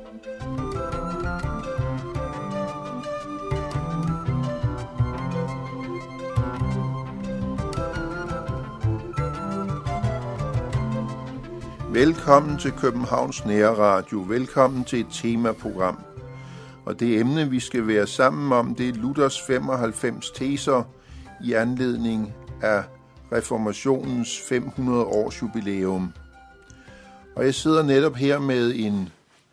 Velkommen til Københavns Nærradio. Velkommen til et temaprogram. Og det emne, vi skal være sammen om, det er Luthers 95 teser i anledning af reformationens 500 års jubilæum. Og jeg sidder netop her med en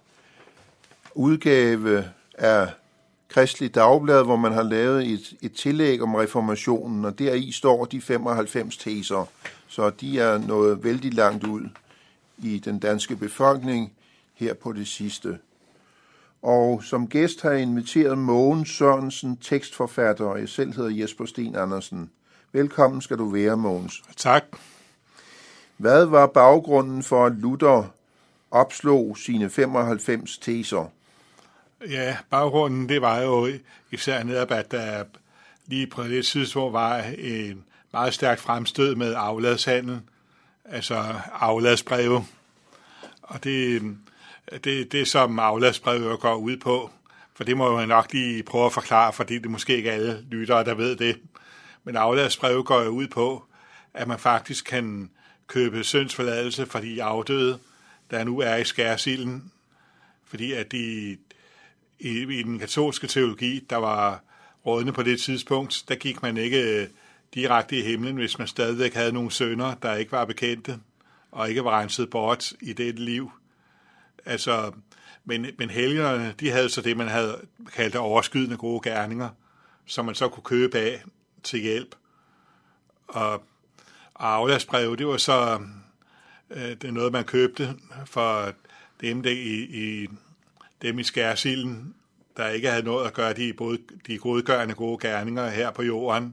udgave af Kristelig Dagblad, hvor man har lavet et tillæg om reformationen, og deri står de 95 teser, så de er nået vældig langt ud i den danske befolkning her på det sidste. Og som gæst har jeg inviteret Mogens Sørensen, tekstforfatter, og jeg selv hedder Jesper Sten Andersen. Velkommen skal du være, Mogens. Tak. Hvad var baggrunden for, at Luther opslog sine 95 teser? Ja, baggrunden, det var jo især netop, at der lige på det tidspunkt var en meget stærkt fremstød med afladshandel, altså afladsbreve. Og det som afladsbreve går ud på, for det må jeg nok lige prøve at forklare, fordi det er måske ikke alle lyttere, der ved det. Men afladsbreve går jo ud på, at man faktisk kan købe syndsforladelse for de afdøde, der nu er i skærsilden. Fordi at i den katolske teologi, der var rådende på det tidspunkt, der gik man ikke direkte i himlen, hvis man stadigvæk havde nogle synder, der ikke var bekendte, og ikke var renset bort i dette liv. Altså, men helgenerne, de havde så det, man havde kaldt overskydende gode gerninger, som man så kunne købe af til hjælp. Og afladsbreve, det var så det er noget, man købte for dem i skærsilden, der ikke havde noget at gøre de godgørende gode gerninger her på jorden.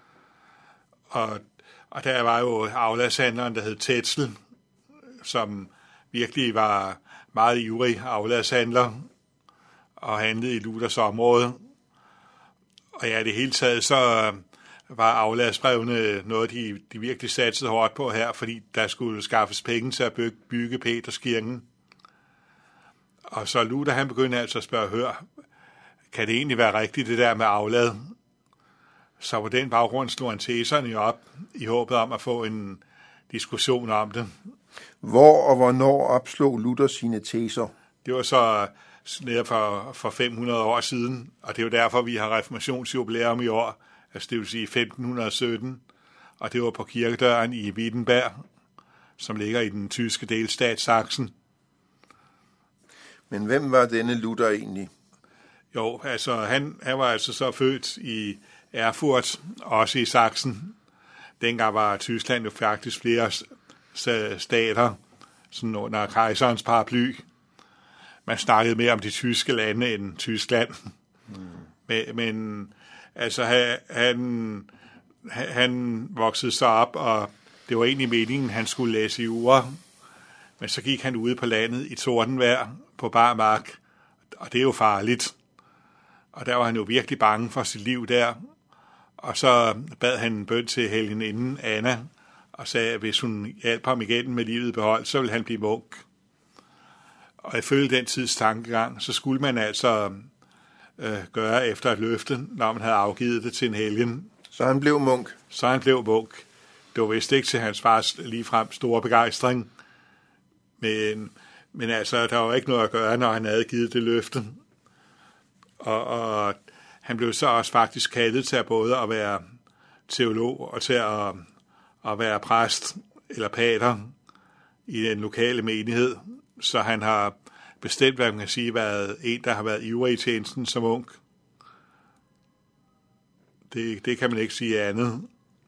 Og der var jo afladshandleren, der hed Tetzel, som virkelig var meget ivrig afladshandler og handlede i Luthers område. Og ja, det hele taget så var afladsbrevene noget, de virkelig satsede hårdt på her, fordi der skulle skaffes penge til at bygge Peterskirken. Og så Luther, han begyndte altså at spørge, hør, kan det egentlig være rigtigt, det der med aflad? Så på den baggrund slog han teserne op i håbet om at få en diskussion om det. Hvor og hvornår opslog Luther sine teser? Det var så netop for 500 år siden, og det er jo derfor, vi har reformationsjubilæum i år, altså det vil sige 1517, og det var på kirkedøren i Wittenberg, som ligger i den tyske delstat Sachsen. Men hvem var denne Luther egentlig? Jo, altså han var altså så født i Erfurt, også i Sachsen. Dengang var Tyskland jo faktisk flere stater, sådan under kejserens paraply. Man snakkede mere om de tyske lande end Tyskland. Men altså han voksede så op, og det var egentlig meningen, han skulle læse jura. Men så gik han ude på landet i tordenvejr på bar mark, og det er jo farligt. Og der var han jo virkelig bange for sit liv der. Og så bad han en bøn til helgeninden Anna, og sagde, at hvis hun hjalp ham igen med livet beholdt, så ville han blive munk. Og ifølge den tids tankegang, så skulle man altså gøre efter et løfte, når man havde afgivet det til en helgen. Så han blev munk? Så han blev munk. Det var vist ikke til hans fars ligefrem store begejstring. Men altså, der var ikke noget at gøre, når han havde givet det løfte. Og han blev så også faktisk kaldet til både at være teolog og til at være præst eller pater i den lokale menighed. Så han har bestemt, hvad man kan sige, været en, der har været ivrig i tjenesten som munk. Det kan man ikke sige andet.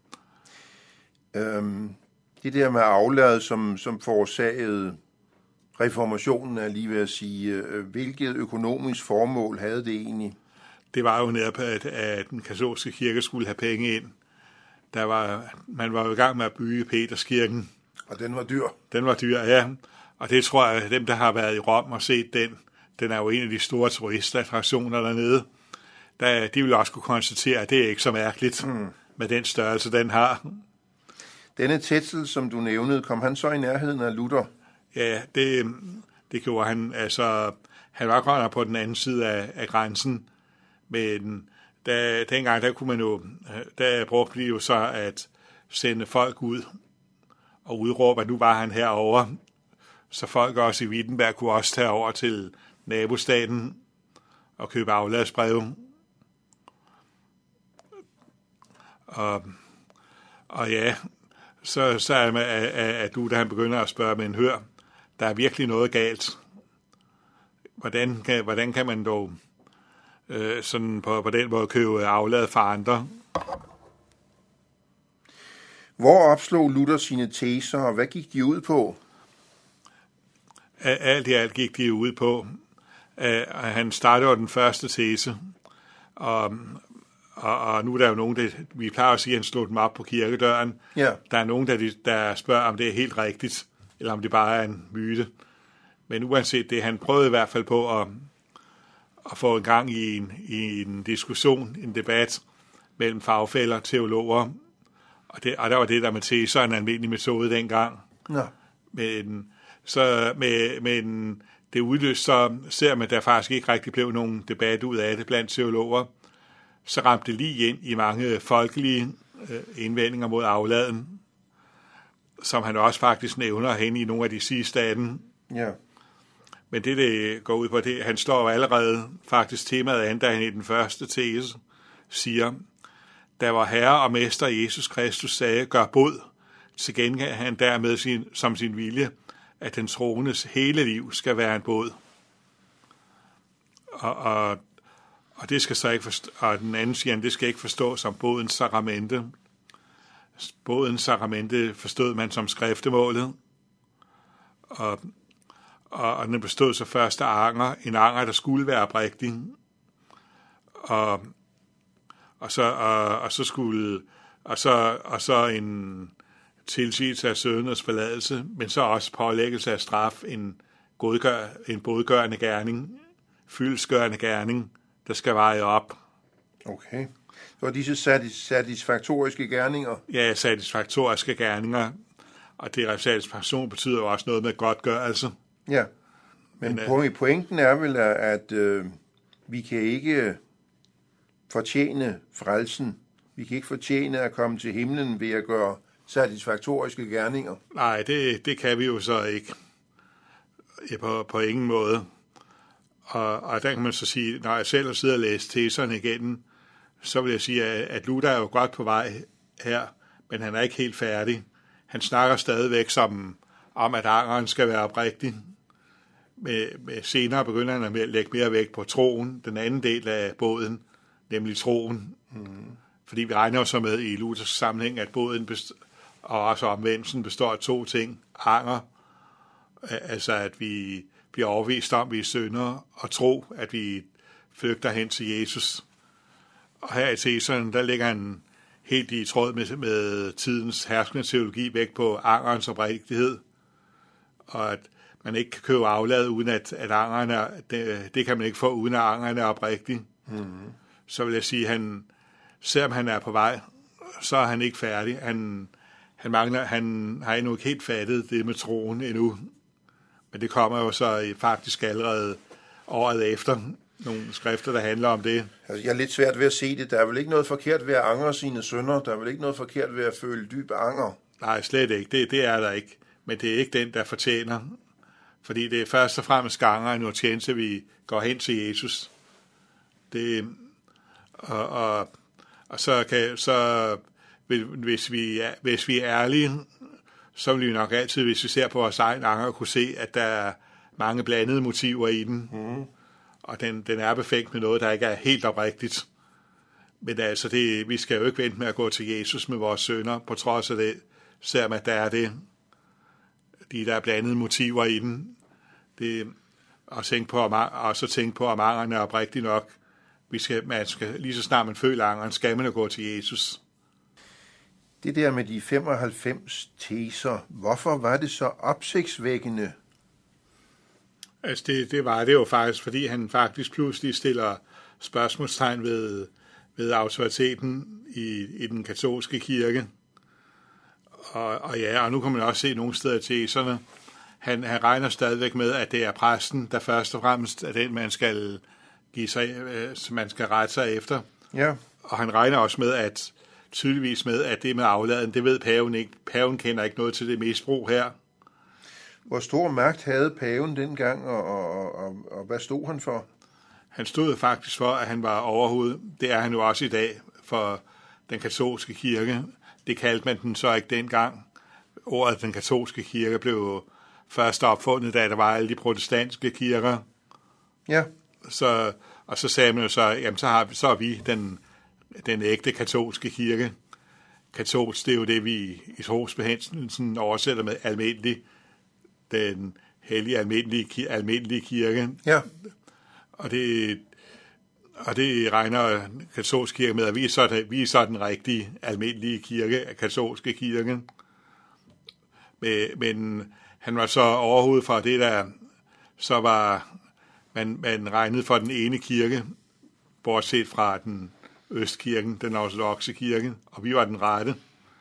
Det der med aflad, som forårsagede reformationen, er lige ved at sige, hvilket økonomisk formål havde det egentlig? Det var jo netop, at den katolske kirke skulle have penge ind. Man var jo i gang med at bygge Peterskirken. Og den var dyr? Den var dyr, ja. Og det tror jeg, at dem, der har været i Rom og set den er jo en af de store turistattraktioner dernede. De vil også kunne konstatere, at det er ikke så mærkeligt med den størrelse, den har. Denne Tetzel, som du nævnede, kom han så i nærheden af Luther? Ja, Det gjorde han, altså, han var godt nok på den anden side af grænsen, men dengang, der kunne man jo, der brugte de jo så at sende folk ud og udråbe, at nu var han herovre, så folk også i Wittenberg kunne også tage over til nabostaten og købe afladsbreve. Og ja, så er Luther, han begynder at spørge, men hør, der er virkelig noget galt. Hvordan kan man dog sådan på den måde købe aflad fra andre? Hvor opslog Luther sine teser, og hvad gik de ud på? Alt i alt gik de ud på, at han startede den første tese, og nu er der jo nogen, vi plejer at sige, at han slog dem op på kirkedøren. Ja. Der er nogen, der spørger, om det er helt rigtigt, eller om det bare er en myte. Men uanset det, han prøvede i hvert fald på at få en gang i en diskussion, en debat mellem fagfæller, teologer, og der var det der med teser en almindelig metode dengang. Ja. Men det udløste så, ser man, at der faktisk ikke rigtig blev nogen debat ud af det blandt teologer, så ramte det lige ind i mange folkelige indvendinger mod afladen, som han også faktisk nævner hen i nogle af de sidste af dem. Ja. Men det går ud på det, han slår allerede faktisk temaet an, da han i den første tese siger, da vor Herre og Mester Jesus Kristus sagde, gør bod, til gengæld han dermed som sin vilje, at den troendes hele liv skal være en bod. Og det skal så ikke forstå, og den anden siger, det skal ikke forstås som bodens sakramente. Bodens sakramente forstod man som skriftemålet, og den bestod så først af anger, en anger, der skulle være oprigtig, og så en tilsigelse af søndernes forladelse, men så også pålæggelse af straf, en bodgørende gerning, fyldestgørende gerning, der skal veje op. Okay. Så var disse satisfaktoriske gerninger? Ja, satisfaktoriske gerninger, og det satisfaktion betyder jo også noget med godtgørelse. Ja, men pointen er vel, at vi kan ikke fortjene frelsen. Vi kan ikke fortjene at komme til himlen ved at gøre satisfaktoriske gerninger. Nej, det kan vi jo så ikke. På ingen måde. Og der kan man så sige, når jeg selv har siddet og læst teserne igennem, så vil jeg sige, at Luther er jo godt på vej her, men han er ikke helt færdig. Han snakker stadigvæk om, at angeren skal være oprigtig. Med senere begynder han at lægge mere vægt på troen, den anden del af båden, nemlig troen. Fordi vi regner jo så med i Luthers sammenhæng, at båden og også omvendelsen består af to ting. Anger, altså at vi bliver overbevist om, at vi er syndere, og tro, at vi flygter hen til Jesus. Og her i teserne, der ligger han helt i tråd med tidens herskende teologi væk på angerens oprigtighed, og at man ikke kan købe aflad, uden at angeren er, det kan man ikke få, uden at angeren er oprigtig. Så vil jeg sige, selvom han er på vej, så er han ikke færdig. Han har endnu ikke helt fattet det med troen endnu. Men det kommer jo så faktisk allerede året efter nogle skrifter, der handler om det. Altså, jeg er lidt svært ved at se det. Der er vel ikke noget forkert ved at angre sine synder. Der er vel ikke noget forkert ved at føle dyb anger. Nej, slet ikke. Det er der ikke. Men det er ikke den, der fortjener. Fordi det er først og fremmest ganger i noget tjeneste, vi går hen til Jesus. Hvis vi er ærlige, så vil vi nok altid, hvis vi ser på vores egen anger, kunne se, at der er mange blandede motiver i den. Og den er befængt med noget, der ikke er helt oprigtigt. Men altså, vi skal jo ikke vente med at gå til Jesus med vores synder, på trods af det, selvom at der er det. Der er blandede motiver i den. Og så tænke på, om angeren er oprigtig nok. Man skal, lige så snart man føler angeren, skal man jo gå til Jesus. Det der med de 95 teser, hvorfor var det så opsigtsvækkende? Altså det var det jo faktisk, fordi han faktisk pludselig stiller spørgsmålstegn ved autoriteten i den katolske kirke. Og nu kan man også se nogle steder i teserne, han regner stadigvæk med, at det er præsten, der først og fremmest er den, man skal rette sig efter. Ja. Og han regner også tydeligvis med, at det med afladen, det ved paven ikke. Paven kender ikke noget til det misbrug her. Hvor stor magt havde paven dengang, og hvad stod han for? Han stod faktisk for, at han var overhoved. Det er han jo også i dag for den katolske kirke. Det kaldte man den så ikke dengang. Ordet den katolske kirke blev først opfundet, da der var alle de protestantiske kirker. Ja. Og så sagde man jo så, jamen så er vi den ægte katolske kirke. Katolsk, det er jo det, vi i trosbekendelsen oversætter med almindelig. Den hellige almindelige kirke. Ja. Og det regner katolsk kirke med, at vi er så den rigtige almindelige kirke, katolske kirke. Men han var så overhovedet fra det, der så var man regnede for den ene kirke, bortset fra den østkirken, den ortodokse kirke, og vi var den rette.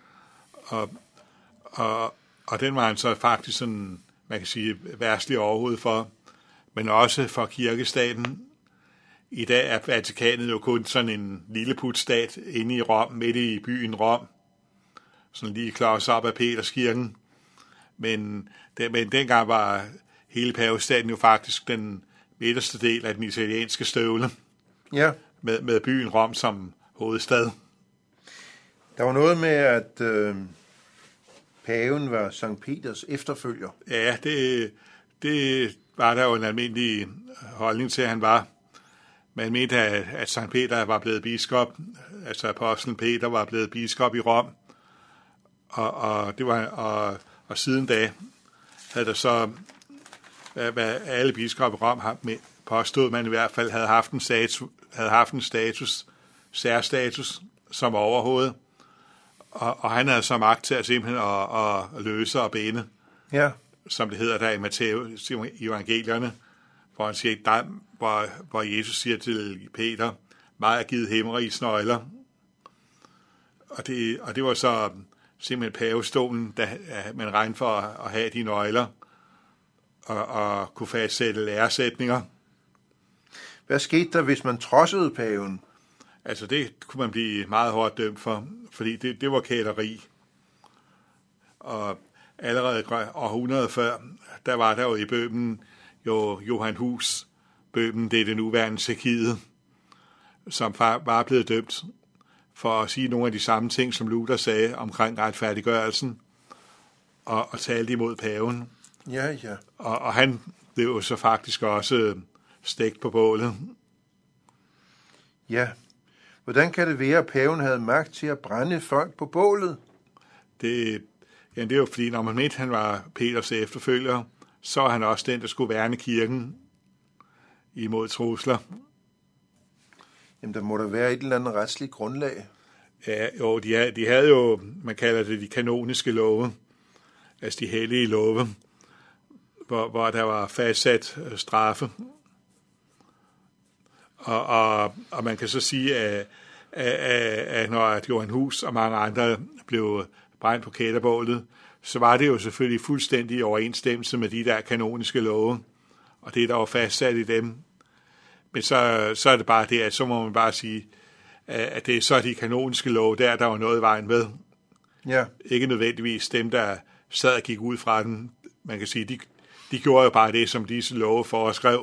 Og den var han så faktisk sådan, man kan sige, værstlig overhovedet for, men også for kirkestaten. I dag er Vatikanet jo kun sådan en lille putstat inde i Rom, midt i byen Rom, sådan lige klods op af Peterskirken. Men dengang var hele pavestaten jo faktisk den midterste del af den italienske støvle, Ja. med byen Rom som hovedstad. Der var noget med, at paven var Sankt Peters efterfølger. Ja, det var der jo en almindelig holdning til, at han var. Man mente, at Sankt Peter var blevet biskop, altså apostlen Peter var blevet biskop i Rom, og siden da havde der så, hvad alle biskopper i Rom påstod, man i hvert fald havde haft en særstatus som overhoved, og han havde så magt til at simpelthen at løse og binde, Ja. som det hedder der i Matthæus evangelierne, hvor han siger, hvor Jesus siger til Peter, mig er givet himmerigets nøgler. Og det var så simpelthen pavestolen, da man regnede for at have de nøgler, og kunne fastsætte læresætninger. Hvad skete der, hvis man trodsede paven? Altså det kunne man blive meget hårdt dømt for, fordi det var kætteri. Og allerede århundrede før, der var der jo i Bøhmen jo Johan Hus. Bøhmen, det er det nuværende Tjekkiet, som var blevet dømt for at sige nogle af de samme ting, som Luther sagde omkring retfærdiggørelsen, og talte imod paven. Ja, ja. Og han blev jo så faktisk også stegt på bålet. Ja. Hvordan kan det være, at paven havde magt til at brænde folk på bålet? Det er jo fordi, når man mente, han var Peters efterfølger, så er han også den, der skulle værne kirken imod trusler. Jamen, der må der være et eller andet retsligt grundlag. Ja, jo, de havde jo, man kalder det de kanoniske love, altså de hellige love, hvor der var fastsat straffe. Og man kan så sige, at når Johan Hus og mange andre blev brændt på kætterbålet, så var det jo selvfølgelig fuldstændig i overensstemmelse med de der kanoniske love, og det, der var fastsat i dem. Men så er det bare det, at så må man bare sige, at det er så de kanoniske love, der var noget i vejen med. Ja. Ikke nødvendigvis dem, der sad og gik ud fra den. Man kan sige, de gjorde jo bare det, som disse love foreskrev.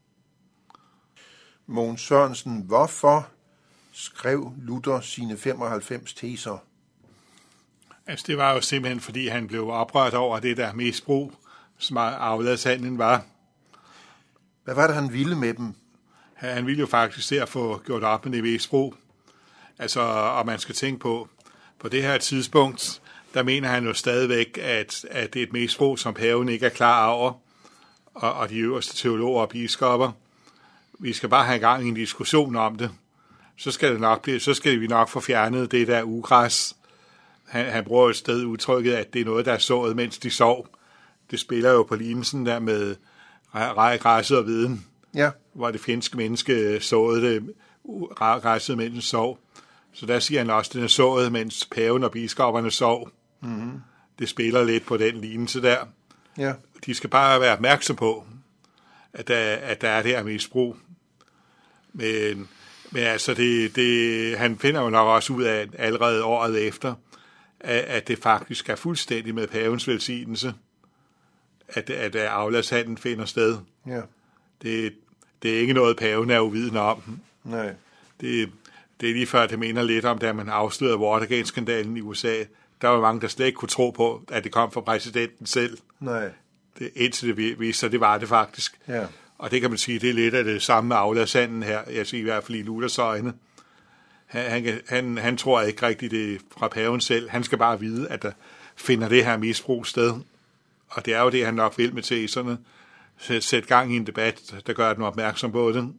Mogens Sørensen, hvorfor skrev Luther sine 95 teser? Altså, det var jo simpelthen, fordi han blev oprørt over det der misbrug, som afladshandlen var. Hvad var det, han ville med dem? Han ville jo faktisk der få gjort op med det misbrug. Altså, og man skal tænke på det her tidspunkt, der mener han jo stadigvæk, at det er et misbrug, som paven ikke er klar over, og de øverste teologer og biskopper. Vi skal bare have gang i en diskussion om det. Så skal vi nok få fjernet det der ugræs. Han bruger et sted udtrykket, at det er noget, der er sået, mens de sov. Det spiller jo på lignelsen der med græsset og viden, Ja. hvor det fjendske menneske såede det græsset, mens den sov. Så der siger han også, at den er sået, mens paven og biskopperne sov. Mm-hmm. Det spiller lidt på den lignelse der. Ja. de skal bare være opmærksom på, at der er det her misbrug. Men altså, han finder jo nok også ud af allerede året efter, at det faktisk er fuldstændig med pavens velsignelse, at afladshandlen finder sted. Ja. Det er ikke noget, paven er uvidende om. Nej. Det er lige før, det minder lidt om, da man afslørede Watergate-skandalen i USA. Der var mange, der slet ikke kunne tro på, at det kom fra præsidenten selv. Nej. Indtil det viste sig, det var det faktisk. Ja. Og det kan man sige, det er lidt af det samme med afladshandlen her. Jeg siger i hvert fald i Luthers øjne. Han tror ikke rigtigt det fra paven selv. Han skal bare vide, at der finder det her misbrug sted. Og det er jo det, han nok vil med teserne. Sæt gang i en debat, der gør den opmærksom på det.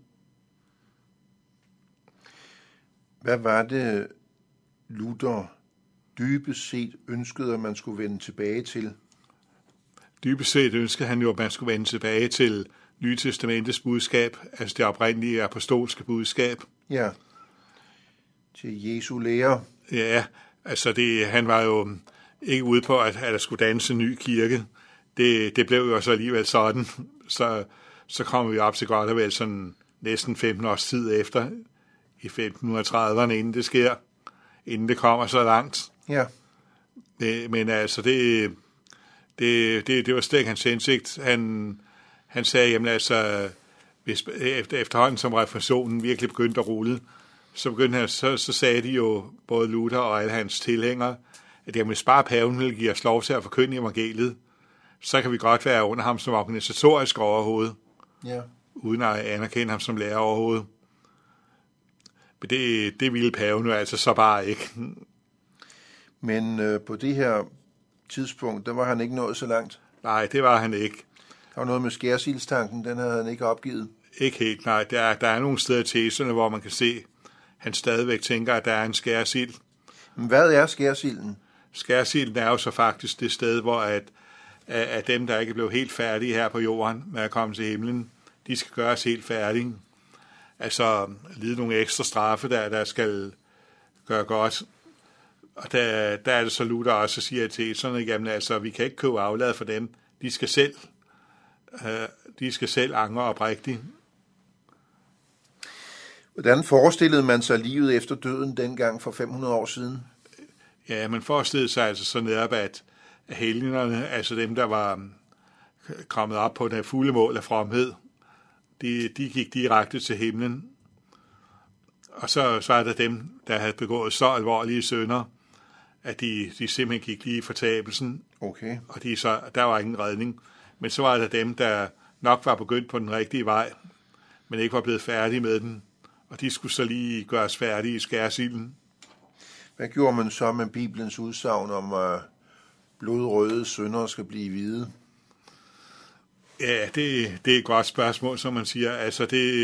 Hvad var det, Luther dybest set ønskede, at man skulle vende tilbage til? Dybest set ønskede han jo, at man skulle vende tilbage til Nye Testamentets budskab, altså det oprindelige apostolske budskab. Ja, til Jesu lære. Ja, altså han var jo ikke ude på, at der skulle dannes en ny kirke. Det blev jo så alligevel sådan. Så kommer vi op til godt og vel sådan næsten 15 års tid efter, i 1530'erne, inden det sker, inden det kommer så langt. Ja. Men altså, det var slet ikke hans indsigt. Han sagde, jamen altså, hvis efterhånden som reformationen virkelig begyndte at rulle, så sagde de jo, både Luther og alle hans tilhængere, at jamen, hvis bare paven vil give os lov til at forkynde evangeliet, så kan vi godt være under ham som organisatorisk overhoved, ja, uden at anerkende ham som lærer overhoved. Men det ville paven jo altså så bare ikke. Men på det her tidspunkt, der var han ikke nået så langt. Nej, det var han ikke. Der var noget med skærsildstanken, den havde han ikke opgivet. Ikke helt, nej. Der er nogle steder i teserne, hvor man kan se, at han stadigvæk tænker, at der er en skærsild. Men hvad er skærsilden? Skærsilden er jo så faktisk det sted, hvor at dem, der ikke blev helt færdige her på jorden med at komme til himlen, de skal gøres helt færdige. Altså lide nogle ekstra straffe, der skal gøre godt. Og der er det så Luther også siger til sådan, jamen altså, vi kan ikke købe aflad for dem. De skal selv angre oprigtigt. Hvordan forestillede man sig livet efter døden dengang for 500 år siden? Ja, man forestillede sig altså så netop, at helgenerne, altså dem, der var kommet op på det fulde mål af fromhed, de gik direkte til himlen. Og så var der dem, der havde begået så alvorlige synder, at de simpelthen gik lige i fortabelsen. Okay. Og der var ingen redning. Men så var der dem, der nok var begyndt på den rigtige vej, men ikke var blevet færdige med den. Og de skulle så lige gøres færdige i skærsilden. Hvad gjorde man så med Bibelens udsagn om, at blodrøde syndere skal blive hvide? Ja, det er et godt spørgsmål, som man siger. Altså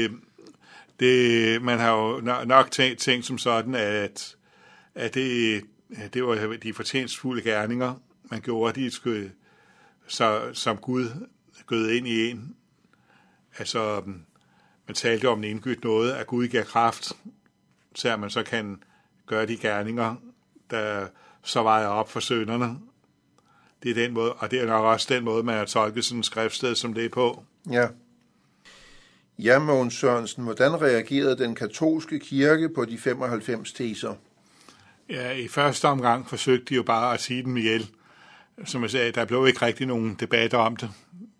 man har jo nok tænkt som sådan, at det var de fortjenstfulde gerninger, man gjorde, de skulle, som Gud gød ind i en. Altså, man talte om en indgydt noget, at Gud giver kraft, så man så kan gøre de gerninger, der så vejer op for synderne. Det er den måde, og det er nok også den måde, man har tolket sådan et skriftsted, som det er på. Ja. Ja, Mogens Sørensen, hvordan reagerede den katolske kirke på de 95 teser? Ja, i første omgang forsøgte de jo bare at sige dem ihjel. Som jeg sagde, der blev ikke rigtig nogen debatter om det.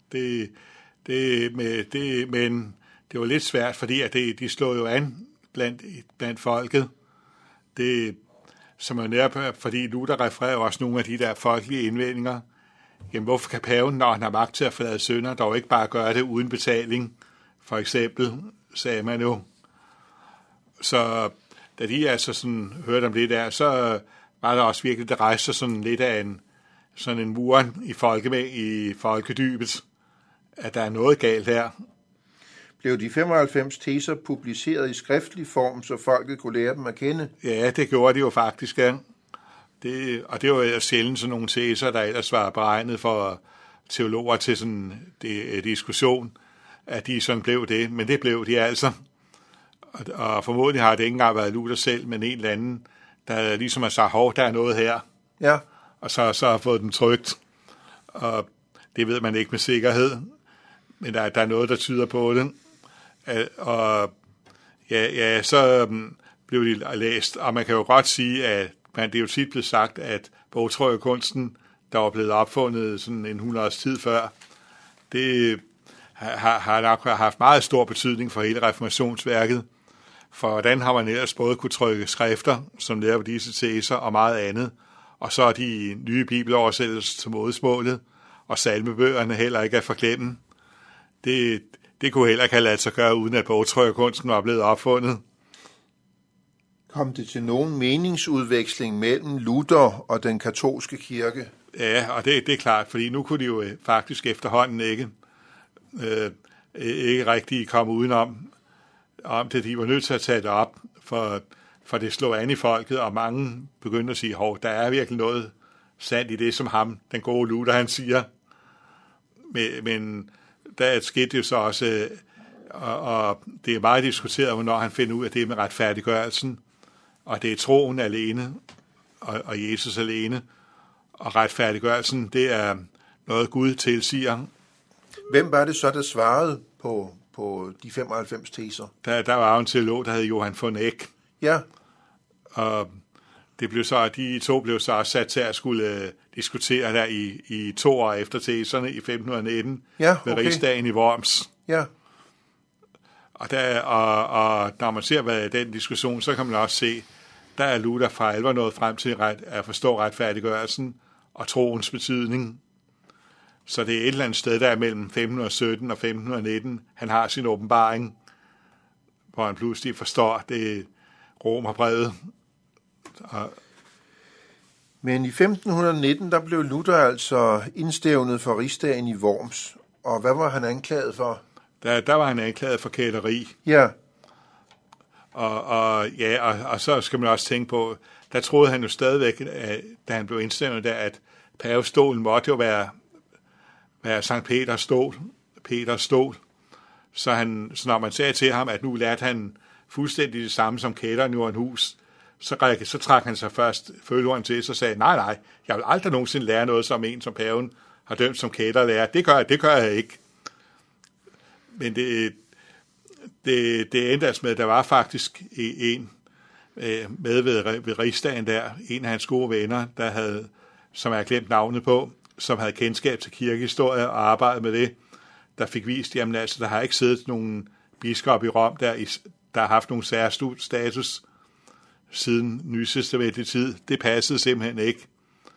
Men det var lidt svært, fordi at de slog jo an blandt folket. Det, som er netop, fordi Luther refererer også nogle af de der folkelige indvendinger. Jamen, hvorfor kan paven, når han har magt til at forlade synder, dog ikke bare gøre det uden betaling? For eksempel, sagde man jo. Så da de altså sådan hørte om det der, så var der også virkelig, der rejste sådan lidt af en muren i folkedybet, at der er noget galt her. Blev de 95 teser publiceret i skriftlig form, så folket kunne lære dem at kende? Ja, det gjorde de jo faktisk, ja. Det var jo sjældent sådan nogle teser, der ellers var beregnet for teologer til sådan en diskussion, at de sådan blev det, men det blev de altså. Og formodentlig har det ikke engang været Luther selv, men en eller anden, der ligesom har sagt, der er noget her. Ja. Og så har fået dem trykt. Og Det ved man ikke med sikkerhed, men der er noget, der tyder på det. Og så blev de læst, og man kan jo godt sige, at det er jo tit blevet sagt, at bogtrykkerkunsten, der var blevet opfundet sådan en 100 års tid før, det har nok haft meget stor betydning for hele reformationsværket. For hvordan har man ellers både kunne trykke skrifter, som lærer på disse teser, og meget andet. Og så er de nye bibeloversættelser til modersmålet, og salmebøgerne heller ikke at forglemme. Det kunne heller ikke have ladet sig gøre, uden at bogtrykkerkunsten var blevet opfundet. Kom det til nogen meningsudveksling mellem Luther og den katolske kirke? Ja, og det er klart, fordi nu kunne de jo faktisk efterhånden ikke rigtig komme udenom om det. De var nødt til at tage det op, for det slog an i folket, og mange begyndte at sige, der er virkelig noget sandt i det, som ham, den gode Luther, han siger. Men der skete jo så også, og det er meget diskuteret, hvornår han finder ud af det med retfærdiggørelsen, og det er troen alene, og Jesus alene, og retfærdiggørelsen, det er noget Gud tilsiger. Hvem var det så, der svarede på de 95 teser? Der var jo en teolog, der hed Johann von Eck. Ja. Og det blev så, de to blev så også sat til at skulle diskutere der i 2 år efter teserne i 1519 ved rigsdagen i Worms. Ja. Og når man ser hvad den diskussion, så kan man også se, der er Luther for alvor nået frem til at forstå retfærdiggørelsen og troens betydning. Så det er et eller andet sted, der er mellem 1517 og 1519. Han har sin åbenbaring, hvor han pludselig forstår det Romerbrevet. Men i 1519, der blev Luther altså indstævnet for rigsdagen i Worms. Og hvad var han anklaget for? Der var han anklaget for kætteri. Ja. Og så skal man også tænke på, der troede han jo stadigvæk, da han blev indstævnet der, at pavestolen måtte jo være Sankt Peters stol. Så når man sagde til ham, at nu lærte han fuldstændig det samme som kætteren i Johanhus, så trak han sig først føleren til, så sagde nej, jeg vil aldrig nogensinde lære noget som en, som paven har dømt som kætterlærer. Det gør jeg ikke. Men det endte altså med, at der var faktisk en med ved rigsdagen der, en af hans gode venner, som jeg har glemt navnet på, som havde kendskab til kirkehistorie og arbejdet med det, der fik vist, jamen altså, der har ikke siddet nogen biskop i Rom, der har haft nogen særstatus siden nytestamentlig tid. Det passede simpelthen ikke.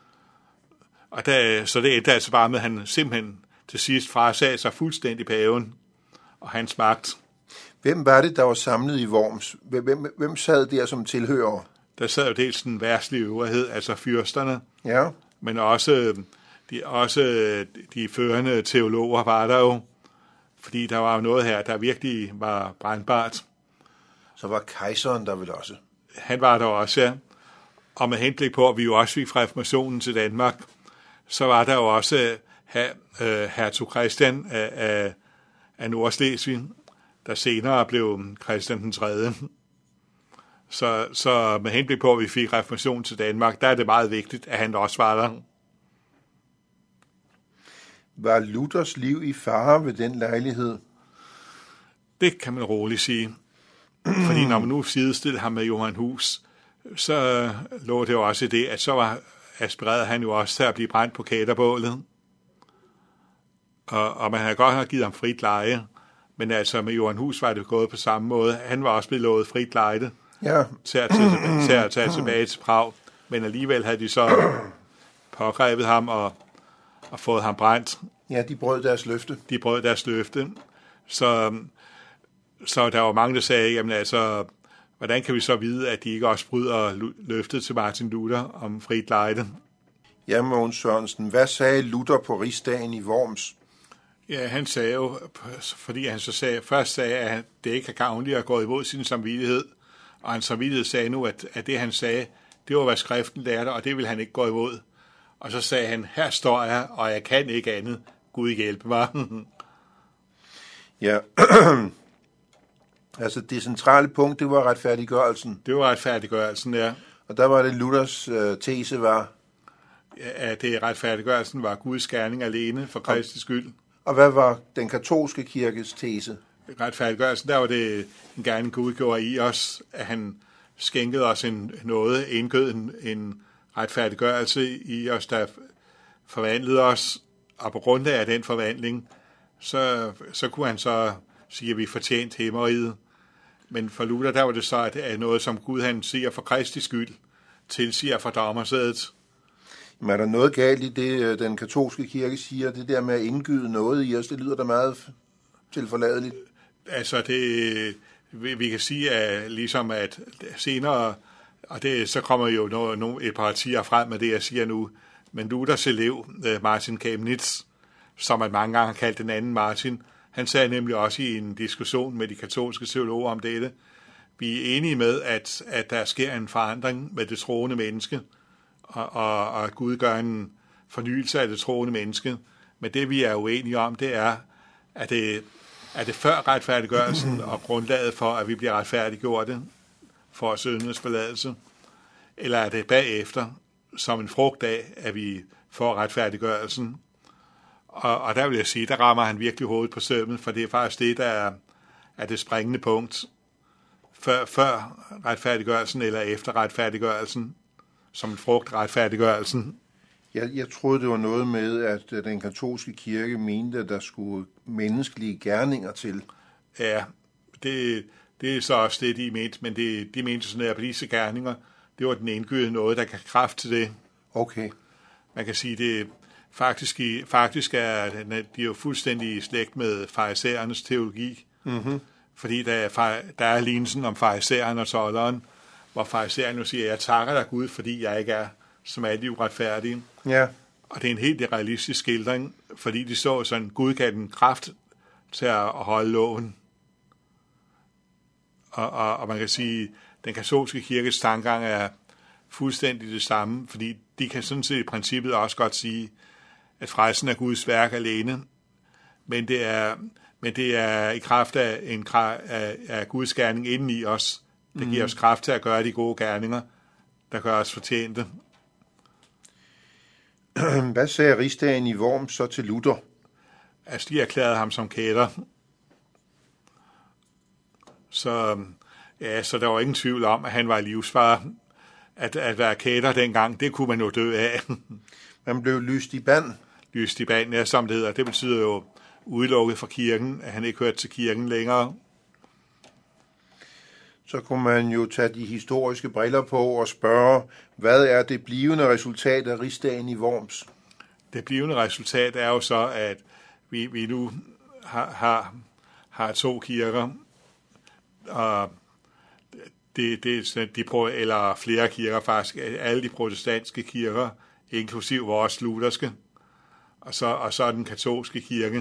Så det endte altså bare med, at han simpelthen til sidst frasagde sig fuldstændig paven og hans magt. Hvem var det, der var samlet i Worms? Hvem sad der som tilhører? Der sad jo dels den værtslige øvrighed, altså fyrsterne, ja. Men også de førende teologer var der jo, fordi der var jo noget her, der virkelig var brandbart. Så var kejseren der vel også? Han var der også, ja. Og med henblik på, at vi jo også fik reformationen til Danmark, så var der jo også hertug Christian af Nordslesvig, der senere blev Christian den 3. Så med henblik på, at vi fik reformationen til Danmark, der er det meget vigtigt, at han også var der. Var Luthers liv i fare ved den lejlighed? Det kan man roligt sige. Fordi når man nu sidestillede ham med Johan Hus, så lå det jo også i det, at så aspirerede han jo også til at blive brændt på kætterbålet. Og man havde godt have givet ham frit leje, men altså med Johan Hus var det gået på samme måde. Han var også blevet lovet frit leje til at tage tilbage til Prag, men alligevel havde de så pågrebet ham og fået ham brændt. Ja, de brød deres løfte. Så der var mange, der sagde, jamen altså, hvordan kan vi så vide, at de ikke også bryder løftet til Martin Luther om frit lejde? Ja, Mogens Sørensen, hvad sagde Luther på rigsdagen i Worms? Ja, han sagde jo, fordi han så først sagde, at det ikke er gavnligt at gå imod sin samvittighed, og hans samvittighed sagde nu, at det han sagde, det var, hvad skriften lærte, og det ville han ikke gå imod. Og så sagde han, her står jeg, og jeg kan ikke andet. Gud hjælpe mig. Ja, altså det centrale punkt, det var retfærdiggørelsen. Det var retfærdiggørelsen, ja. Og der var det Luthers tese var? at det retfærdiggørelsen var Guds gerning alene for Kristi skyld. Og hvad var den katolske kirkes tese? Retfærdiggørelsen, der var det en gerning Gud gjorde i os, at han skænkede os indgød en retfærdiggørelse i os, der forvandlede os, og på grund af den forvandling, så kunne han så sige, at vi fortjente himmeriget. Men for Luther, der var det så, at noget, som Gud han siger for Kristi skyld, tilsiger for dommersædet. Men er der noget galt i det, den katolske kirke siger, det der med at indgyde noget i os, det lyder da meget tilforladeligt. Altså, vi kan sige, at ligesom at senere, og så kommer jo et par partier frem med det, jeg siger nu, men Luthers elev, Martin Chemnitz, som man mange gange har kaldt den anden Martin, han sagde nemlig også i en diskussion med de katolske teologer om dette, vi er enige med, at der sker en forandring med det troende menneske, og at Gud gør en fornyelse af det troende menneske. Men det, vi er uenige om, det er, at det før retfærdiggørelsen og grundlaget for, at vi bliver retfærdiggjorte for syndernes forladelse, eller er det bagefter, som en frugt af, at vi får retfærdiggørelsen. Og der vil jeg sige, der rammer han virkelig hovedet på sømmet, for det er faktisk det, der er det springende punkt. Før retfærdiggørelsen eller efter retfærdiggørelsen, som en frugt retfærdiggørelsen. Jeg troede, det var noget med, at den katolske kirke mente, at der skulle menneskelige gerninger til. Ja, det er så også det, de mente, men de mente sådan, at på disse gerninger, det var den indgøde noget, der kan kraft til det. Okay. Man kan sige, det faktisk er de jo fuldstændig i slægt med farisæernes teologi, fordi der er lignelsen om farisæeren og tolderen, hvor farisæeren jo siger, jeg takker dig Gud, fordi jeg ikke er som alle de uretfærdige. Ja. Og det er en helt realistisk skildring, fordi de så sådan, Gud gav den kraft til at holde loven. Og man kan sige, den katolske kirkes tankegang er fuldstændig det samme, fordi de kan sådan set i princippet også godt sige, at frelsen er Guds værk alene, men det er i kraft af Guds gerning inden i os. Det giver os kraft til at gøre de gode gerninger, der gør os fortjente. Hvad sagde rigsdagen i Worms så til Luther? Altså, de erklærede ham som kætter. Så der var ingen tvivl om, at han var livsfar. At være kætter dengang, det kunne man jo dø af. Man blev lyst i band. Lyst i band, ja, som det hedder. Det betyder jo udelukket fra kirken, at han ikke hørte til kirken længere. Så kunne man jo tage de historiske briller på og spørge, hvad er det blivende resultat af rigsdagen i Worms? Det blivende resultat er jo så, at vi nu har 2 kirker, og eller flere kirker faktisk, alle de protestantiske kirker, inklusiv vores lutherske, og så den katolske kirke.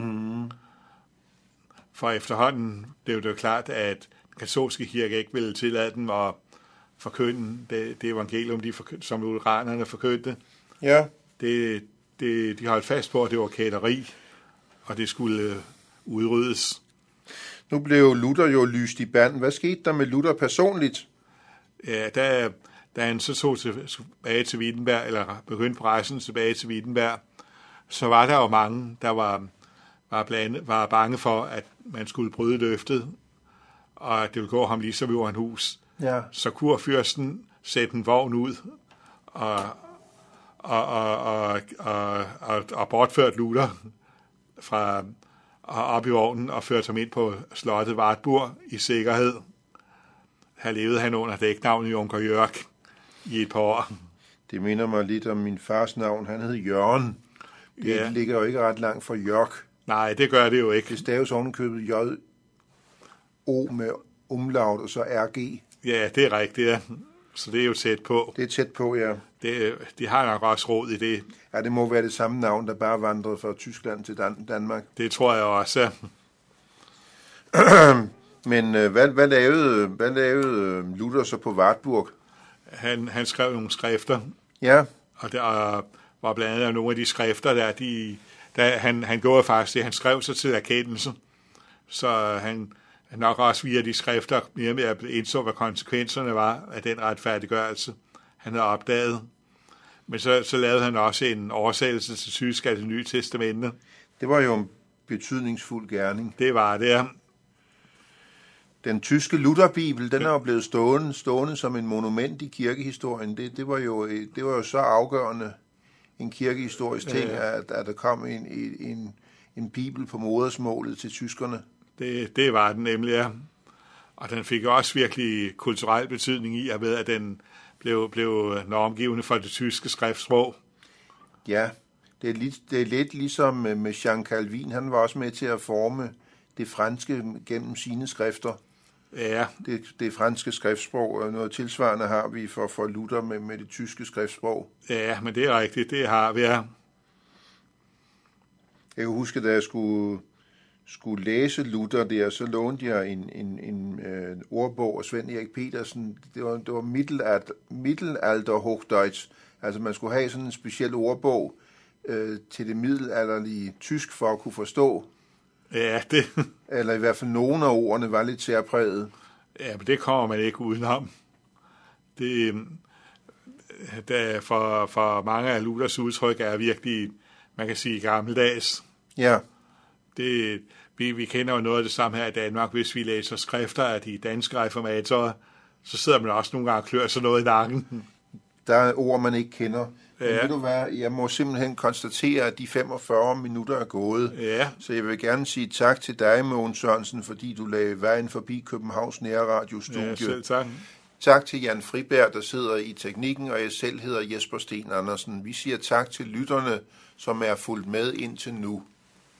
For efterhånden blev det jo klart, at den katolske kirke ikke ville tillade dem at forkynde det evangelium, som lutheranerne forkyndte. Ja. De holdt fast på, at det var kætteri, og det skulle udryddes. Nu blev Luther jo lyst i band. Hvad skete der med Luther personligt? Ja, da han så tog tilbage til Wittenberg, eller begyndte på rejsen tilbage til Wittenberg, så var der jo mange, der var bange for, at man skulle bryde løftet, og at det ville gå ham ligesom i Johanhus. Ja. Så kurfyrsten sætte en vogn ud, og bortførte Luther fra op i vognen og førte ham ind på slottet Wartburg i sikkerhed. Her levede han under dæknavnet Junker Jørg i et par år. Det minder mig lidt om min fars navn. Han hed Jørgen. Det ligger jo ikke ret langt fra Jørg. Nej, det gør det jo ikke. Det staves ovenkøbet J-O med umlaut og så R-G. Ja, det er rigtigt, ja. Så det er jo tæt på. Det er tæt på, ja. De har nok også råd i det. Ja, det må være det samme navn, der bare vandrede fra Tyskland til Danmark. Det tror jeg også, ja. Men hvad lavede Luther så på Wartburg? Han skrev nogle skrifter. Ja. Og der var blandt andet nogle af de skrifter, han gjorde faktisk det. Han skrev sig til erkendelse. Så han nok også via de skrifter mere med at indså, hvad konsekvenserne var af den retfærdiggørelse, han havde opdaget. Men så lavede han også en oversættelse til tysk af Det Nye Testamente. Det var jo en betydningsfuld gerning. Det var det, ja. Den tyske Lutherbibel, den er jo blevet stående som en monument i kirkehistorien. Det var jo så afgørende en kirkehistorisk ting, at der kom en bibel på modersmålet til tyskerne. Det var den nemlig, ja. Og den fik også virkelig kulturel betydning i, at den blev normgivende for det tyske skriftsprog. Ja, det er lidt ligesom med Jean Calvin. Han var også med til at forme det franske gennem sine skrifter. Ja. Det franske skriftsprog, og noget tilsvarende har vi for Luther med det tyske skriftsprog. Ja, men det er rigtigt, det har vi, ja. Jeg kan huske, da jeg skulle læse Luther der, så lånte jeg en ordbog af Svend Erik Petersen. Det var Mittelalterhochdeutsch. Altså man skulle have sådan en speciel ordbog til det middelalderlige tysk for at kunne forstå. Ja, det. Eller i hvert fald nogle af ordene var lidt særpræget. Ja, men det kommer man ikke udenom. For mange af Luthers udtryk er virkelig, man kan sige, gammeldags. Ja. Vi kender jo noget af det samme her i Danmark. Hvis vi læser skrifter af de danske reformatorer, så sidder man også nogle gange og klør sig noget i nakken. Der er ord, man ikke kender. Men ja. Ved du hvad, jeg må simpelthen konstatere, at de 45 minutter er gået. Ja. Så jeg vil gerne sige tak til dig, Mogens Sørensen, fordi du lagde vejen forbi Københavns Nærradiostudie. Ja, selv tak. Tak til Jan Friberg, der sidder i teknikken, og jeg selv hedder Jesper Sten Andersen. Vi siger tak til lytterne, som er fulgt med indtil nu.